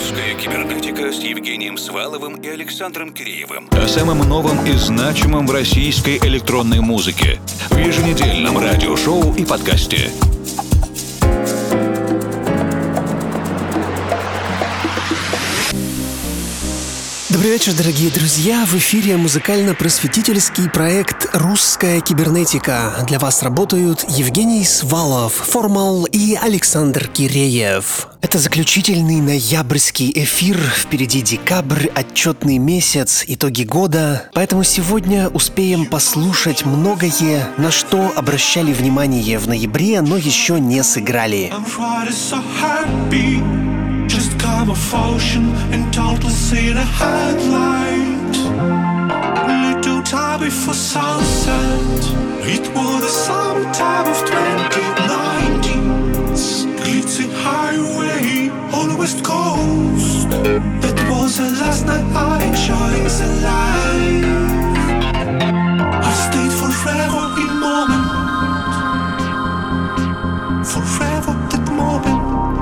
«Русская кибернетика» с Евгением Сваловым и Александром Киреевым. О самом новом и значимом в российской электронной музыке. В еженедельном радиошоу и подкасте. Добрый вечер, дорогие друзья! В эфире музыкально-просветительский проект «Русская кибернетика». Для вас работают Евгений Свалов, Формал и Александр Киреев. Это заключительный ноябрьский эфир. Впереди декабрь, отчетный месяц, итоги года. Поэтому сегодня успеем послушать многое, на что обращали внимание в ноябре, но еще не сыграли. Just come of ocean and total see the headlight. Little time before sunset. It was the summertime of 2019. Glitzy highway on the west coast. That was the last night I enjoyed the life. I stayed forever in moment. Forever that moment.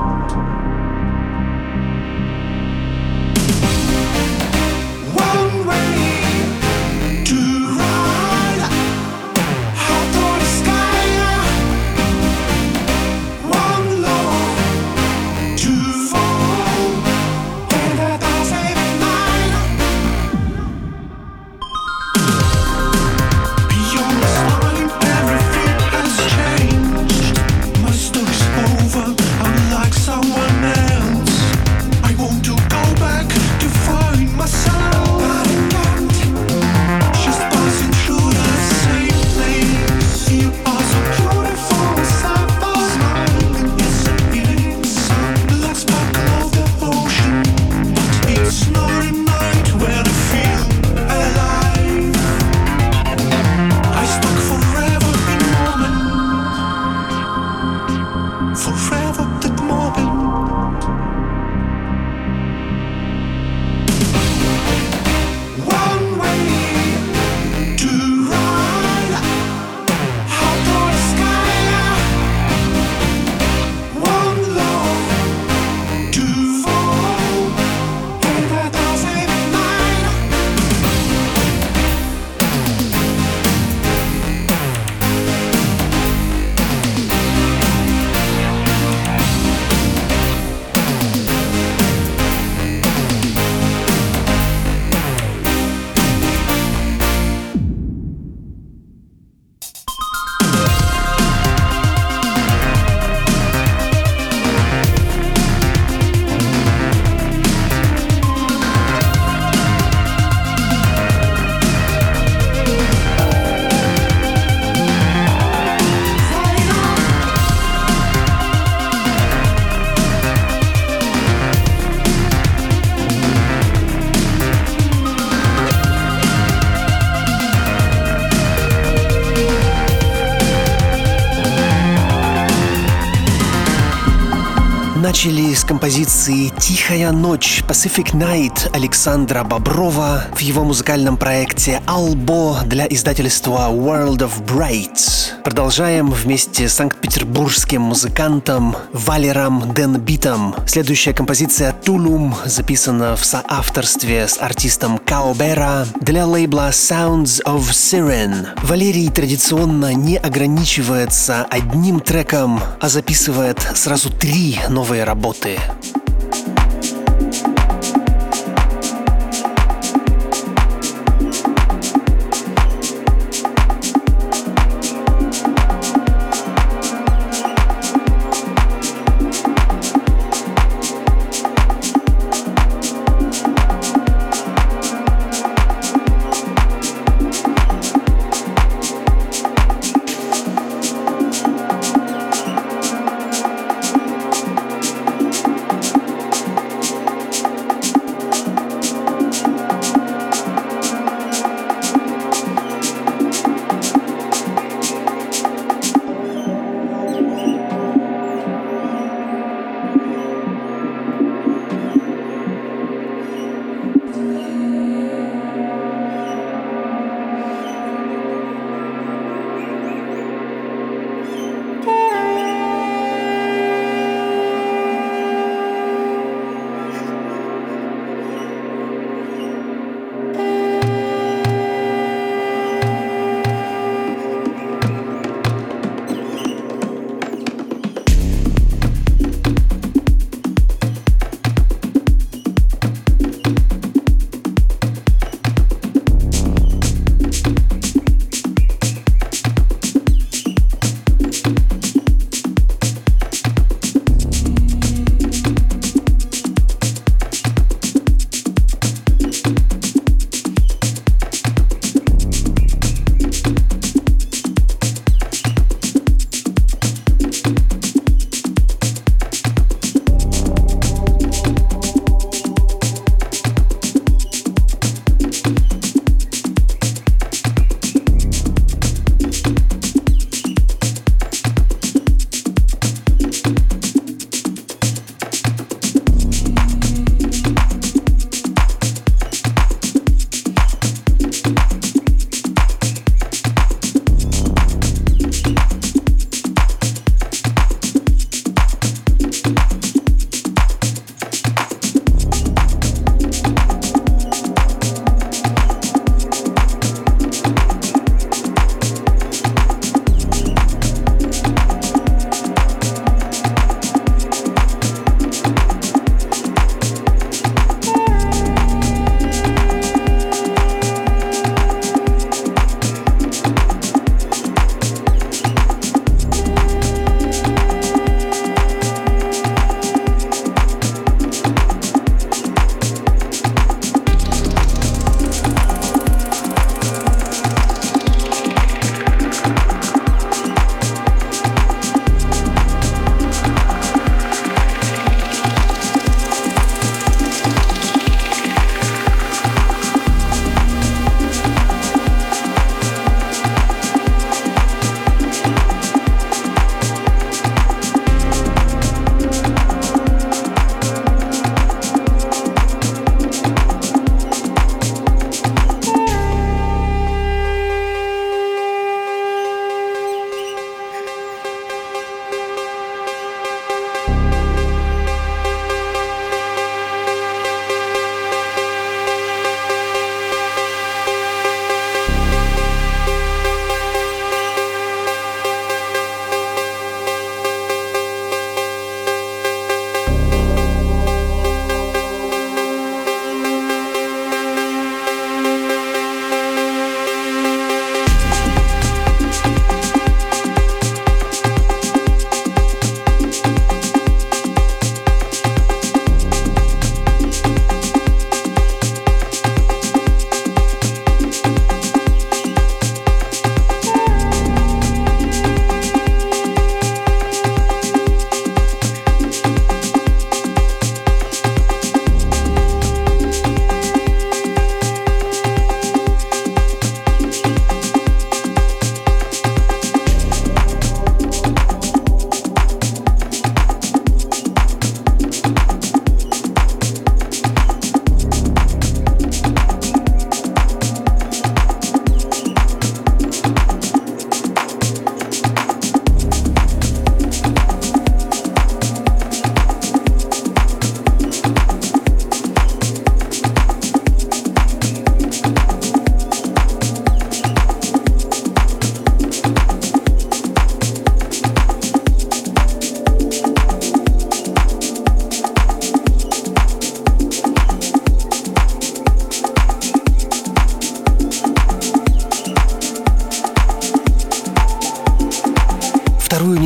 Начали с композиции «Тихая ночь» Pacific Night Александра Боброва в его музыкальном проекте «Албо» для издательства World of Bright. Продолжаем вместе с санкт-петербургским музыкантом Валером Денбитом. Следующая композиция «Тулум» записана в соавторстве с артистом Каобера для лейбла Sounds of Siren. Валерий традиционно не ограничивается одним треком, а записывает сразу 3 новые работы.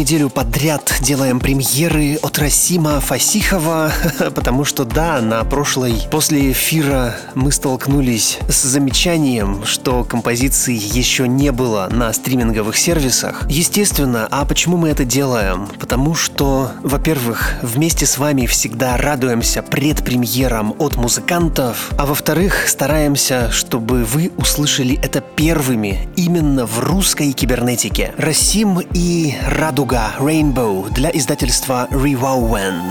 неделю подряд делаем премьеры от Расима Фасихова, потому что да, на прошлой после эфира мы столкнулись с замечанием, что композиции еще не было на стриминговых сервисах. Естественно, а почему мы это делаем? Потому что, во-первых, вместе с вами всегда радуемся предпремьерам от музыкантов, а во-вторых, стараемся, чтобы вы услышали это первыми именно в русской кибернетике. Расим и Радуга Rainbow для издательства Rewowen.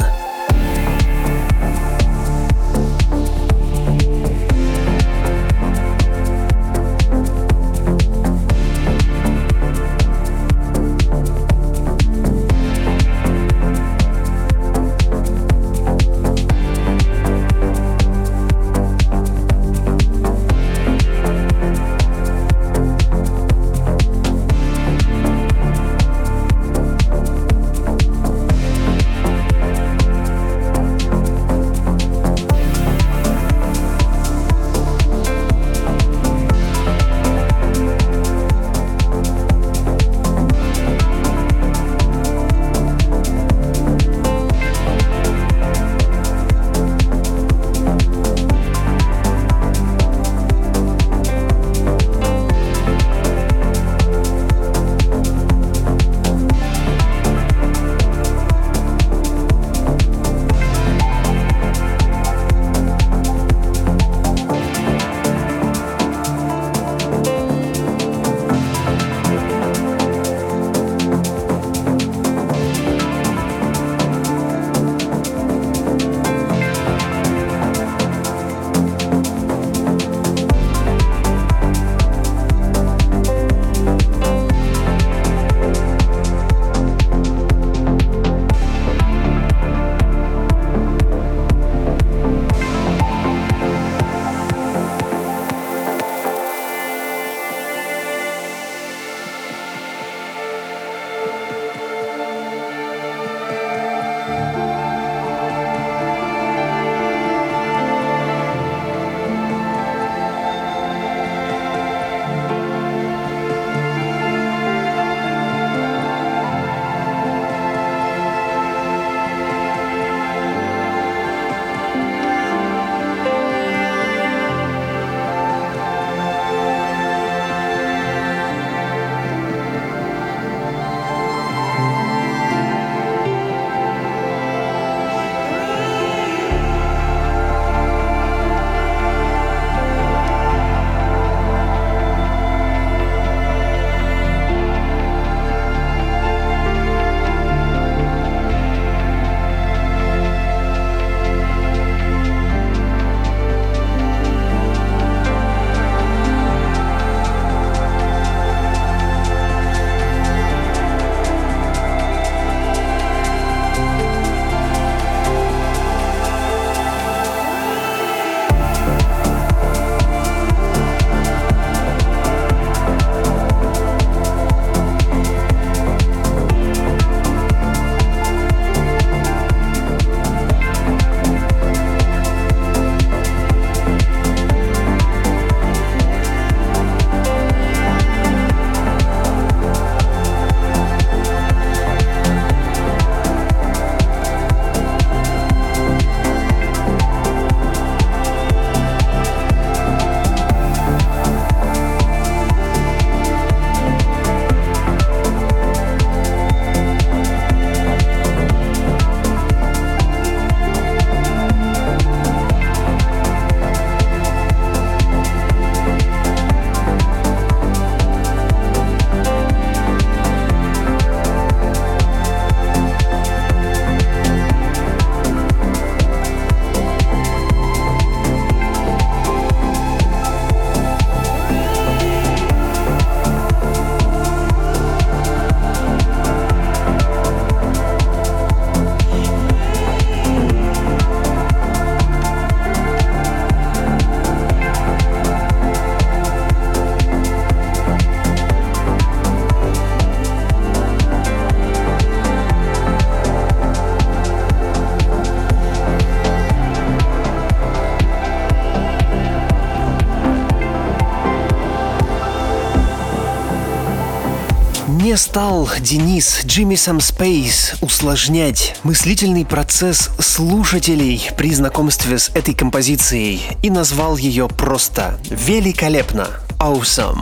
не стал Денис Gimme Some Space усложнять мыслительный процесс слушателей при знакомстве с этой композицией и назвал ее просто великолепно «Awesome».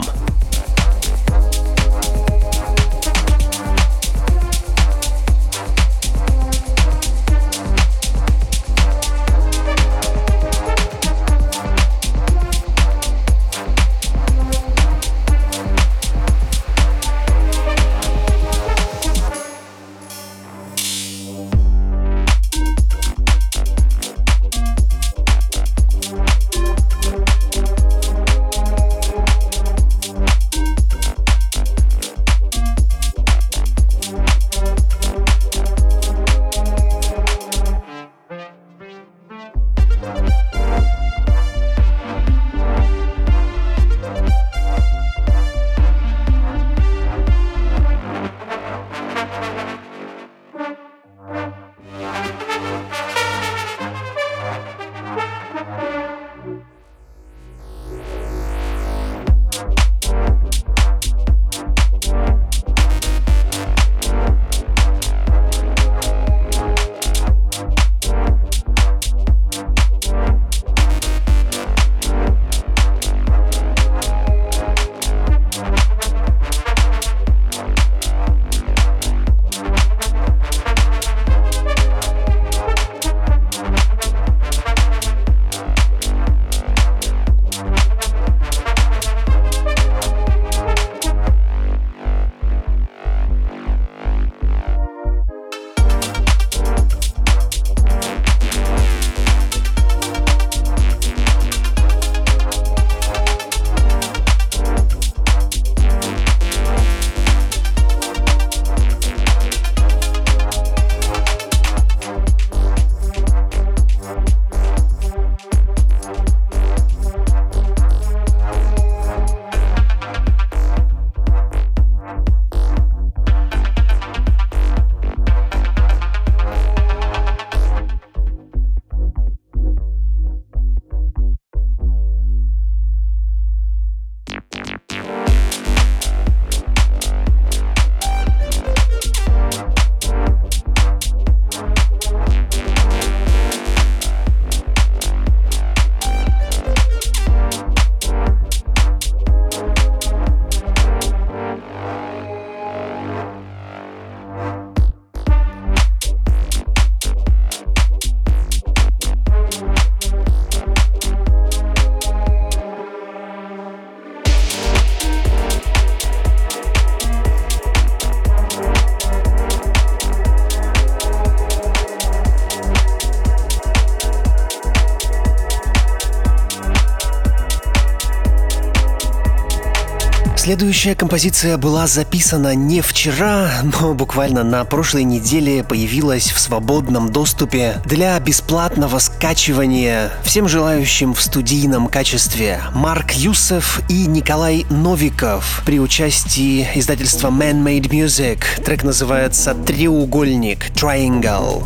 Следующая композиция была записана не вчера, но буквально на прошлой неделе появилась в свободном доступе для бесплатного скачивания всем желающим в студийном качестве. Марк Юсеф и Николай Новиков при участии издательства Man-Made Music. Трек называется «Треугольник» (Triangle).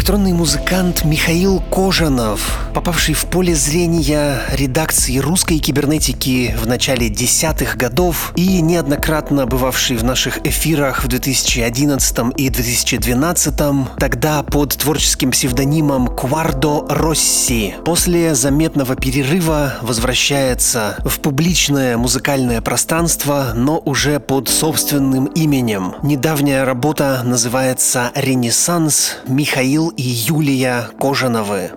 электронный музыкант Михаил Кожанов, попавший в поле зрения редакции русской кибернетики в начале десятых годов и неоднократно бывавший в наших эфирах в 2011 и 2012, тогда под творческим псевдонимом Квардо Росси, после заметного перерыва возвращается в публичное музыкальное пространство, но уже под собственным именем. Недавняя работа называется «Ренессанс. Михаил и Юлия Кожановы».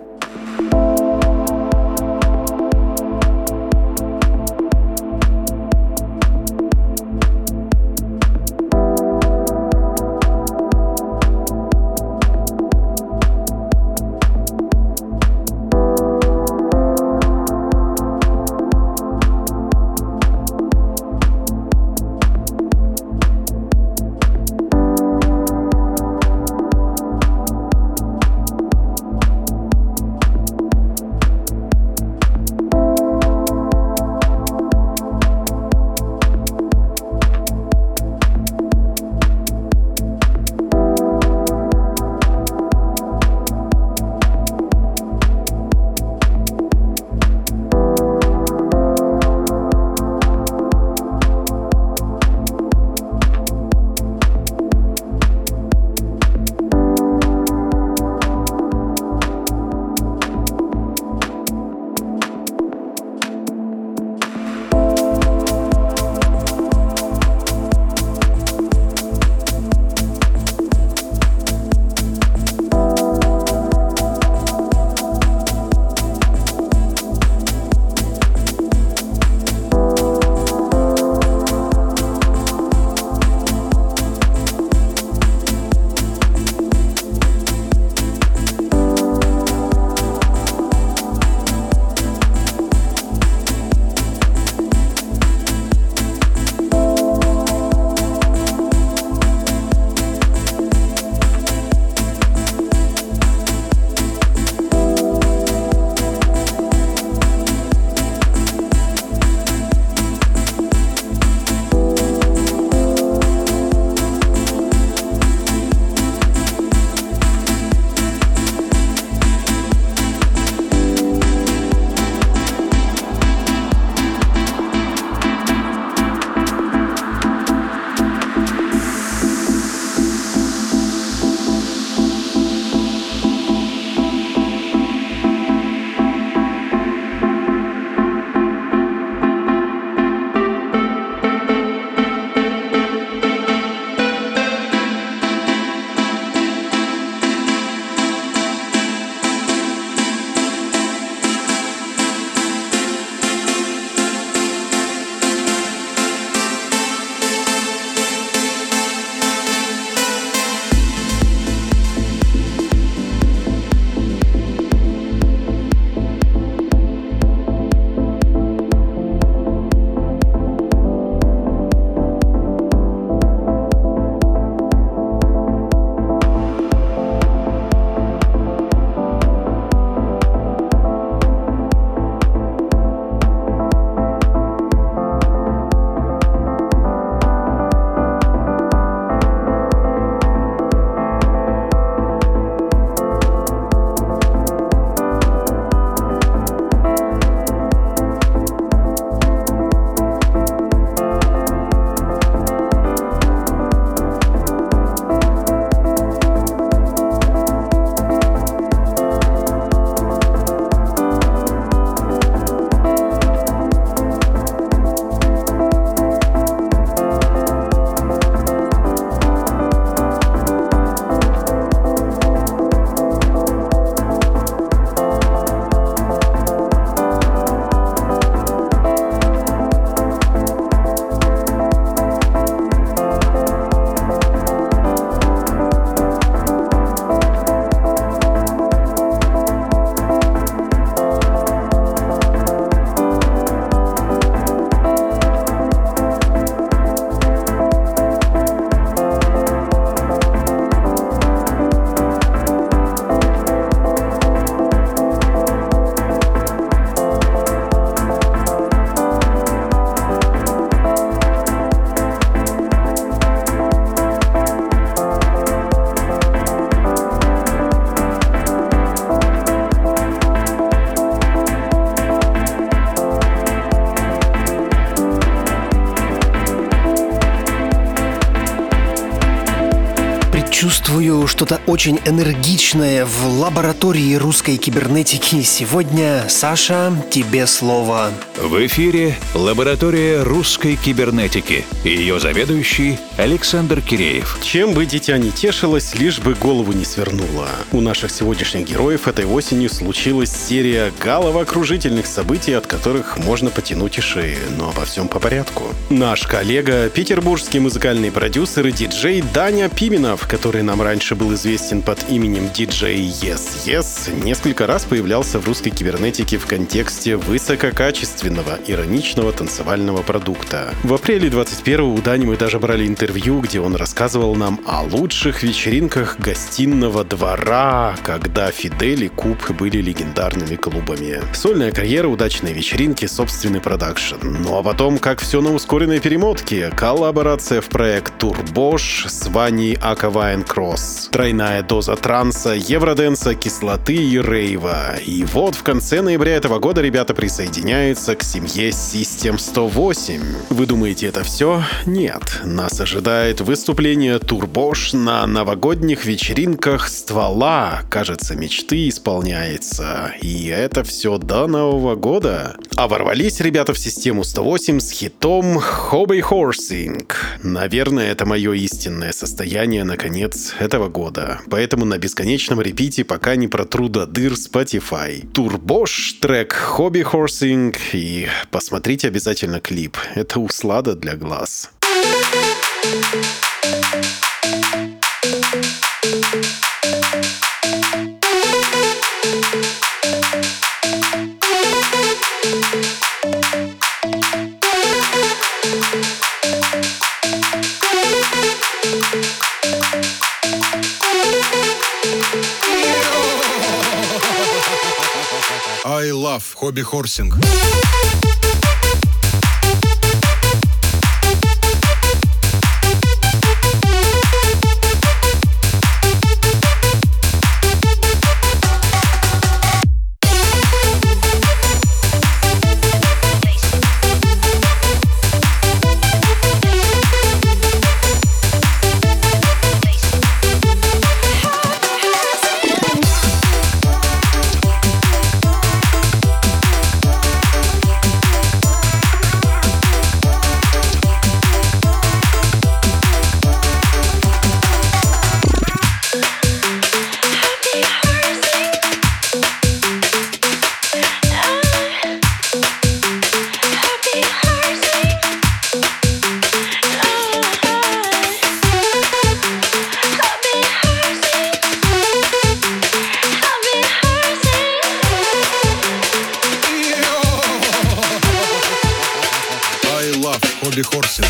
чувствую что-то очень энергичное в лаборатории русской кибернетики. Сегодня, Саша, тебе слово. В эфире лаборатория русской кибернетики и ее заведующий Александр Киреев. Чем бы дитя не тешилось, лишь бы голову не свернуло. У наших сегодняшних героев этой осенью случилась серия головокружительных событий, от которых можно потянуть и шеи. Но обо всем по порядку. Наш коллега, петербургский музыкальный продюсер и диджей Даня Пименов, который нам раньше был известен под именем диджей Yes Yes, несколько раз появлялся в русской кибернетике в контексте высококачественного, ироничного танцевального продукта. В апреле 21-го у Дани мы даже брали интервью, где он рассказывал нам о лучших вечеринках гостиного двора, когда Фидель и Куб были легендарными клубами. Сольная карьера, удачные вечеринки, собственный продакшн. Ну а потом, как все на ускоренной перемотке, коллаборация в проект Турбош с Ваней Ака Вайнкросс, тройная доза транса, евроденса, кислоты и рейва. И вот в конце ноября этого года ребята присоединяются к семье System 108. Вы думаете, это все? Нет. Нас ожидает выступление Турбош на новогодних вечеринках Ствола. Кажется, мечты исполняется. И это все до Нового года. А ворвались ребята в систему 108 с хитом Hobby Horsing. Наверное, это мое истинное состояние на конец этого года. Поэтому на бесконечном репите пока не протру до дыр Spotify. Турбош, трек Hobby Horsing, и посмотрите обязательно клип. Это услада для глаз. I love hobby horsing. Hobby horsing.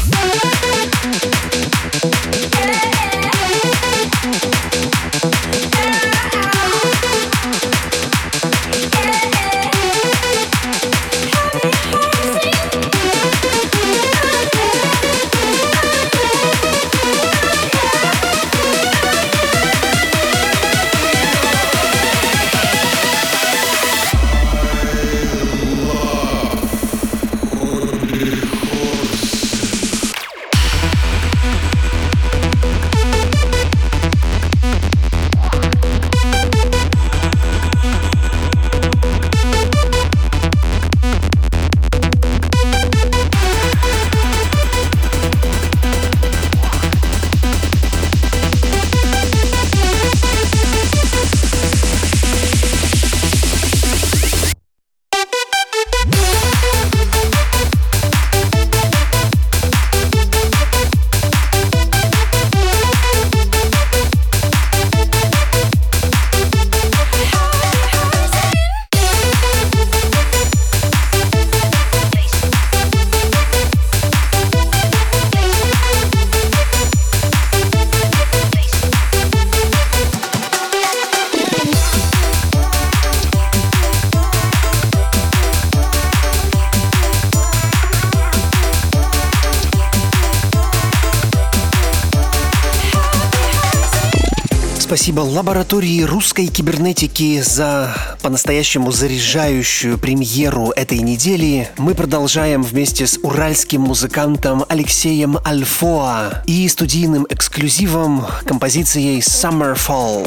Спасибо лаборатории русской кибернетики за по-настоящему заряжающую премьеру этой недели. Мы продолжаем вместе с уральским музыкантом Алексеем Альфоа и студийным эксклюзивом композицией Summer Fall.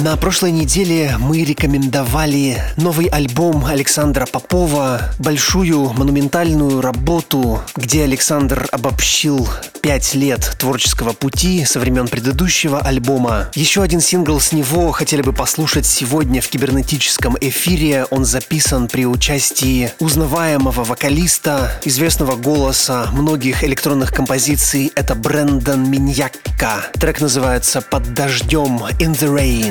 На прошлой неделе мы рекомендовали новый альбом Александра Попова, большую монументальную работу, где Александр обобщил 5 лет творческого пути со времен предыдущего альбома. Еще один сингл с него хотели бы послушать сегодня в кибернетическом эфире. Он записан при участии узнаваемого вокалиста, известного голоса многих электронных композиций. Это Брэндон Миньякка. Трек называется «Под дождем» «In the Rain».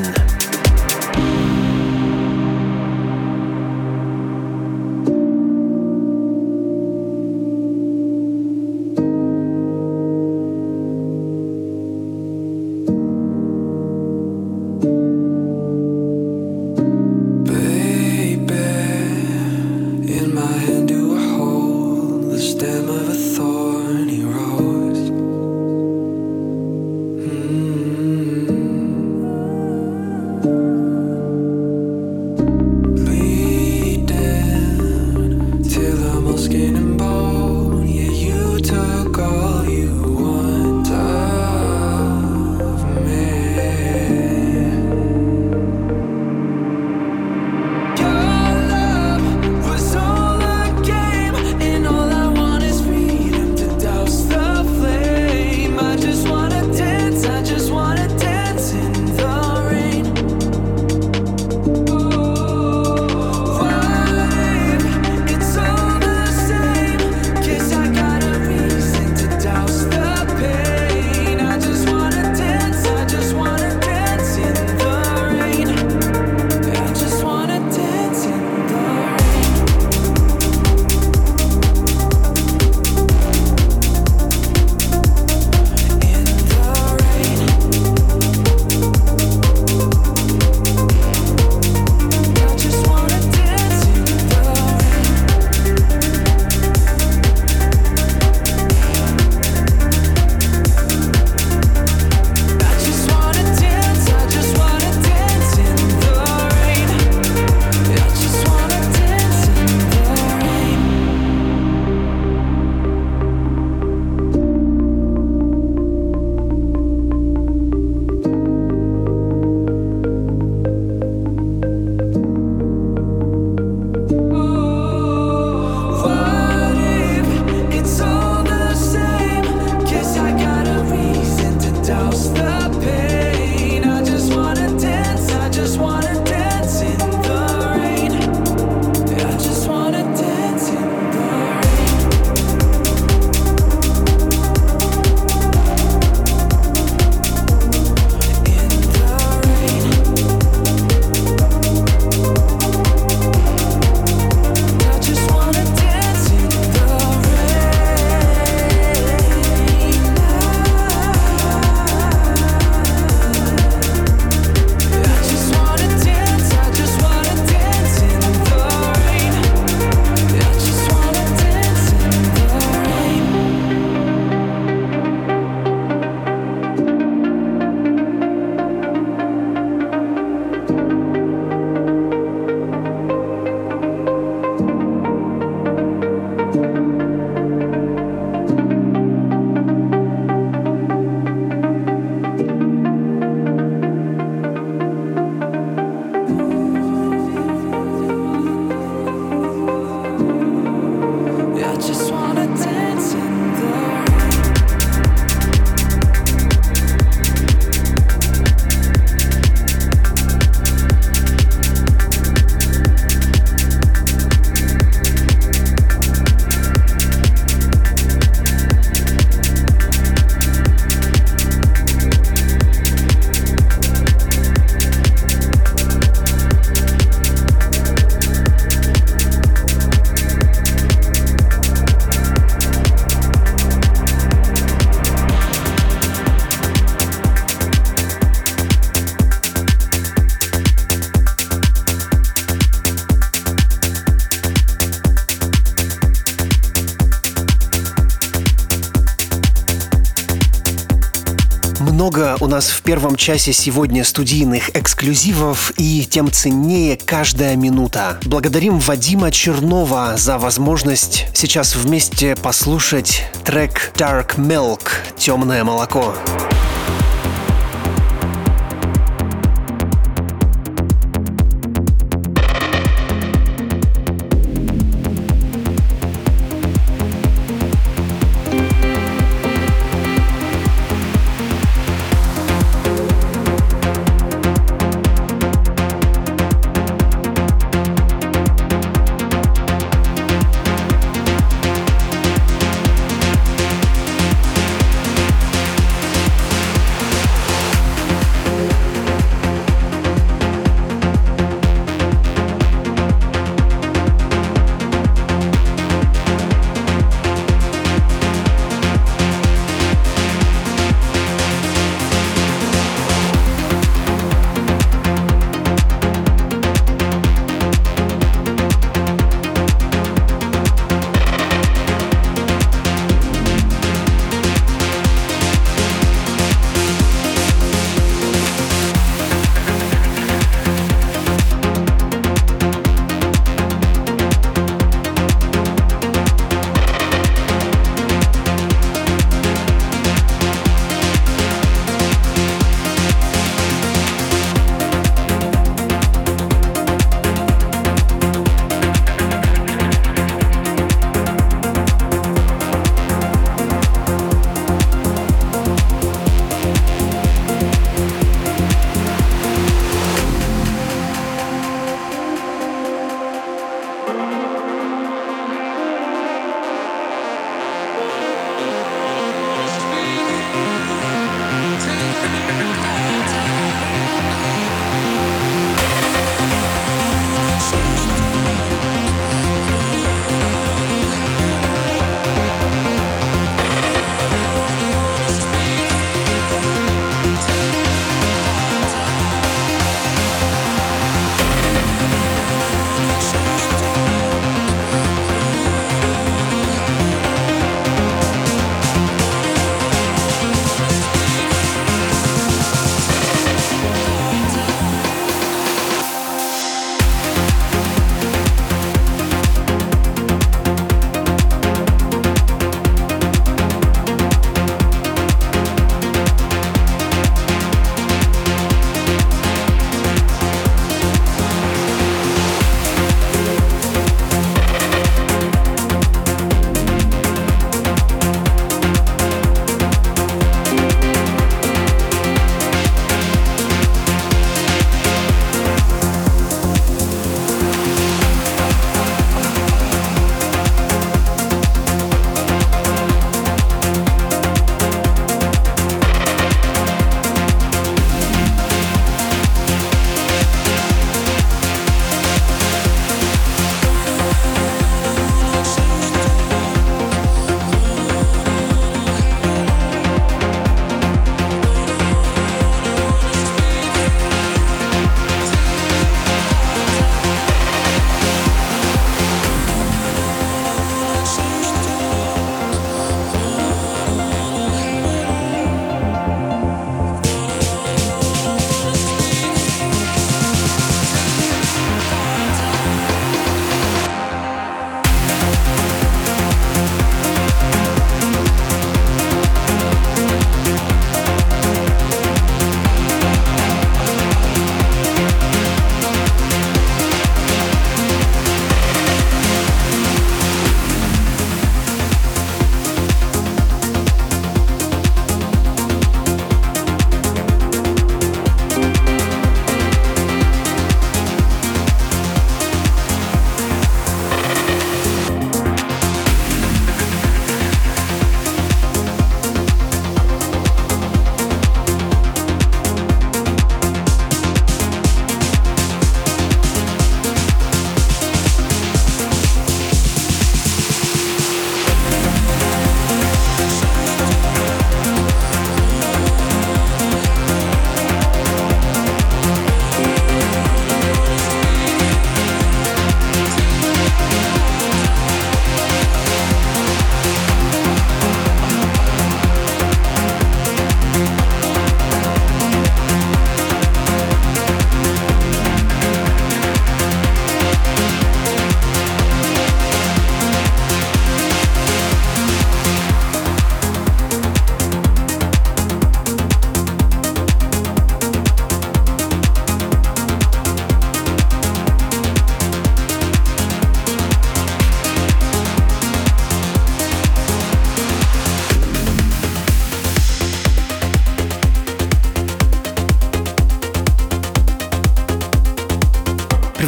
Много у нас в первом часе сегодня студийных эксклюзивов, и тем ценнее каждая минута. Благодарим Вадима Чернова за возможность сейчас вместе послушать трек Dark Milk – «Темное молоко».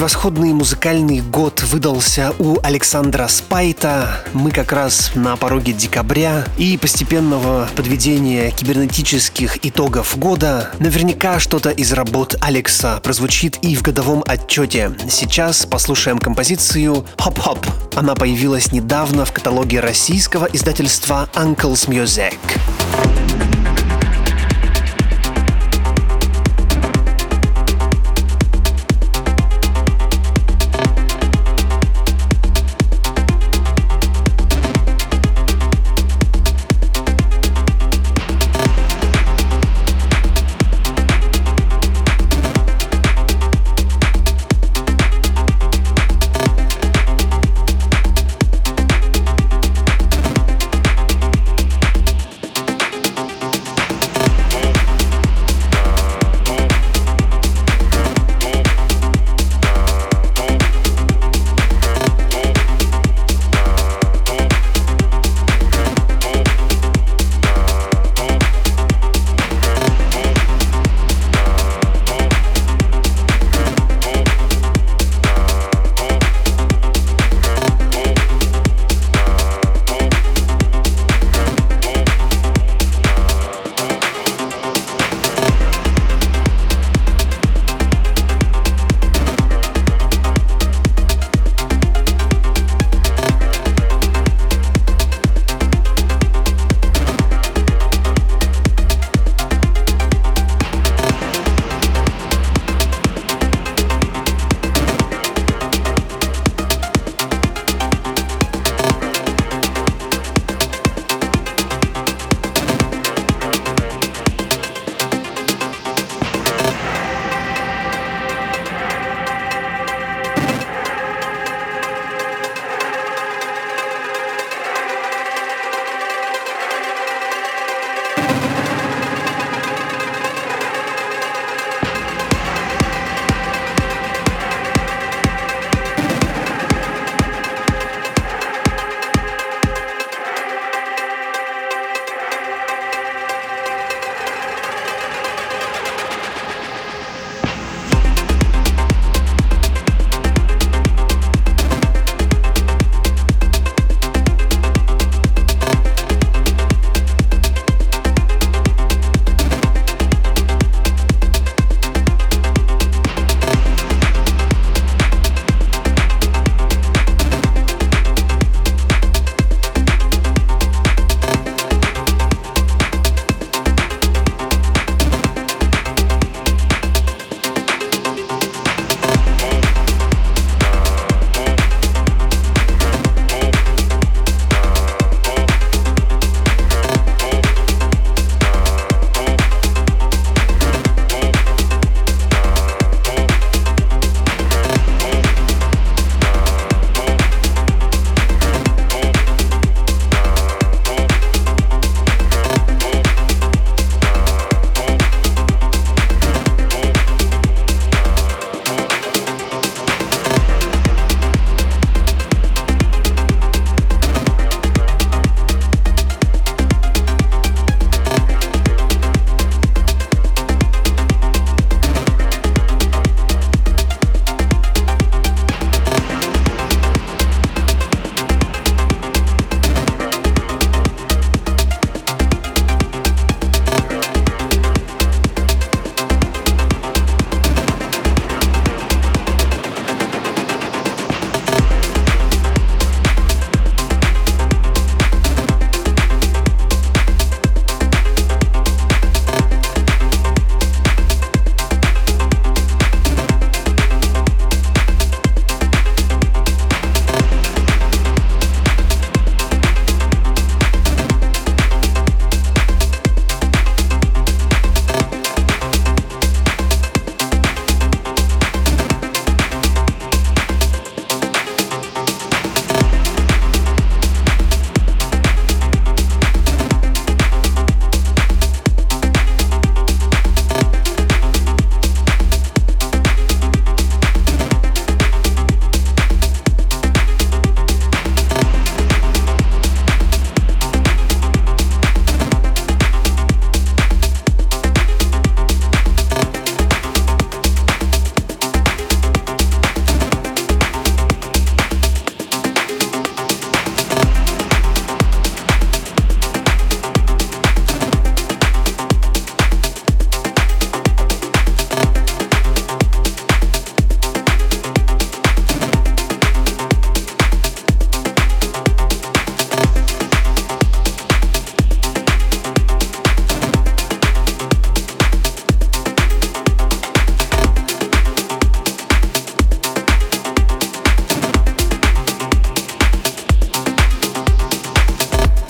Превосходный музыкальный год выдался у Александра Спайта. Мы как раз на пороге декабря и постепенного подведения кибернетических итогов года. Наверняка что-то из работ Алекса прозвучит и в годовом отчете. Сейчас послушаем композицию «Hop-Hop». Она появилась недавно в каталоге российского издательства Uncle's Music.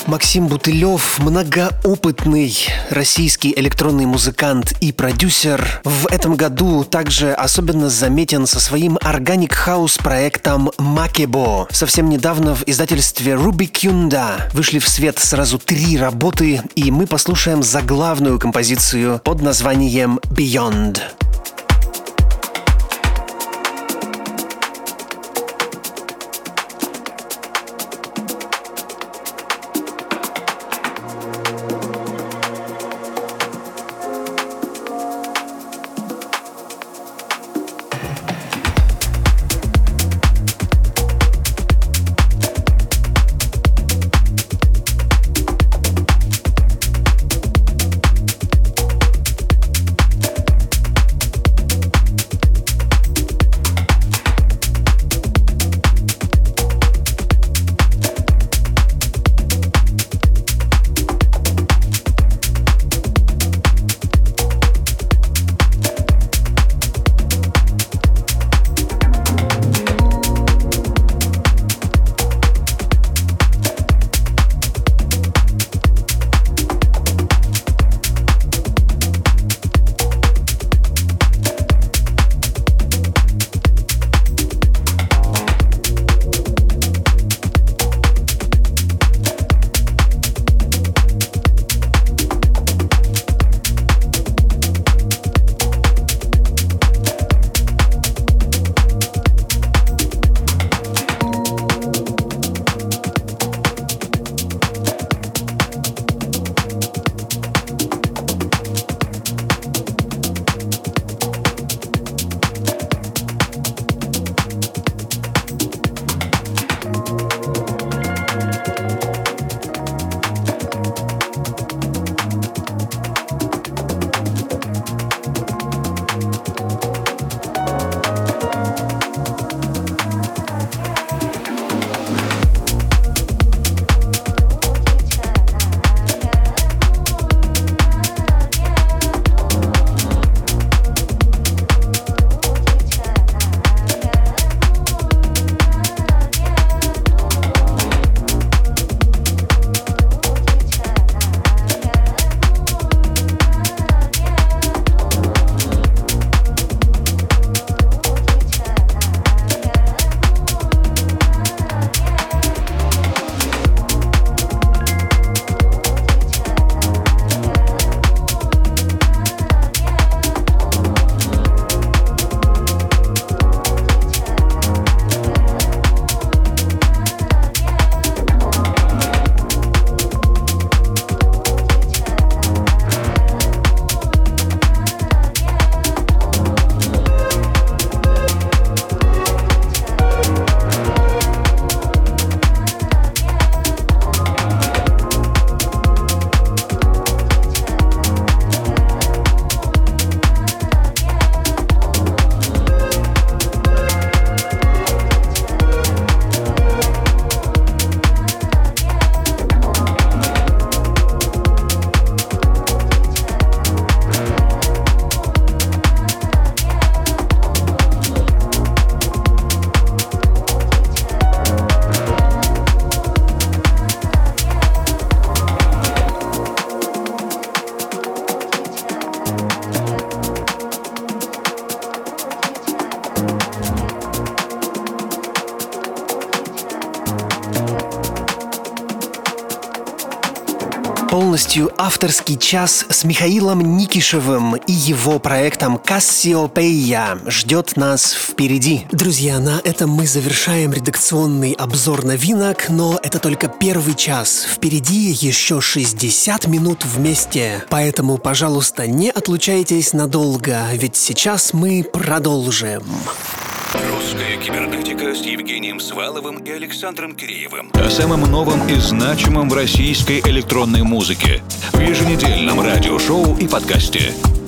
Максим Бутылев, многоопытный российский электронный музыкант и продюсер, в этом году также особенно заметен со своим органик хаус проектом Макебо. Совсем недавно в издательстве Rubicunda вышли в свет сразу 3 работы, и мы послушаем заглавную композицию под названием Beyond. Полностью авторский час с Михаилом Никишевым и его проектом Кассиопея ждет нас впереди. Друзья, на этом мы завершаем редакционный обзор новинок, но это только первый час. Впереди еще 60 минут вместе. Поэтому, пожалуйста, не отлучайтесь надолго, ведь сейчас мы продолжим. Русская кибернетика с Евгением Сваловым и Александром Киреевым. О самом новом и значимом в российской электронной музыке. В еженедельном радиошоу и подкасте.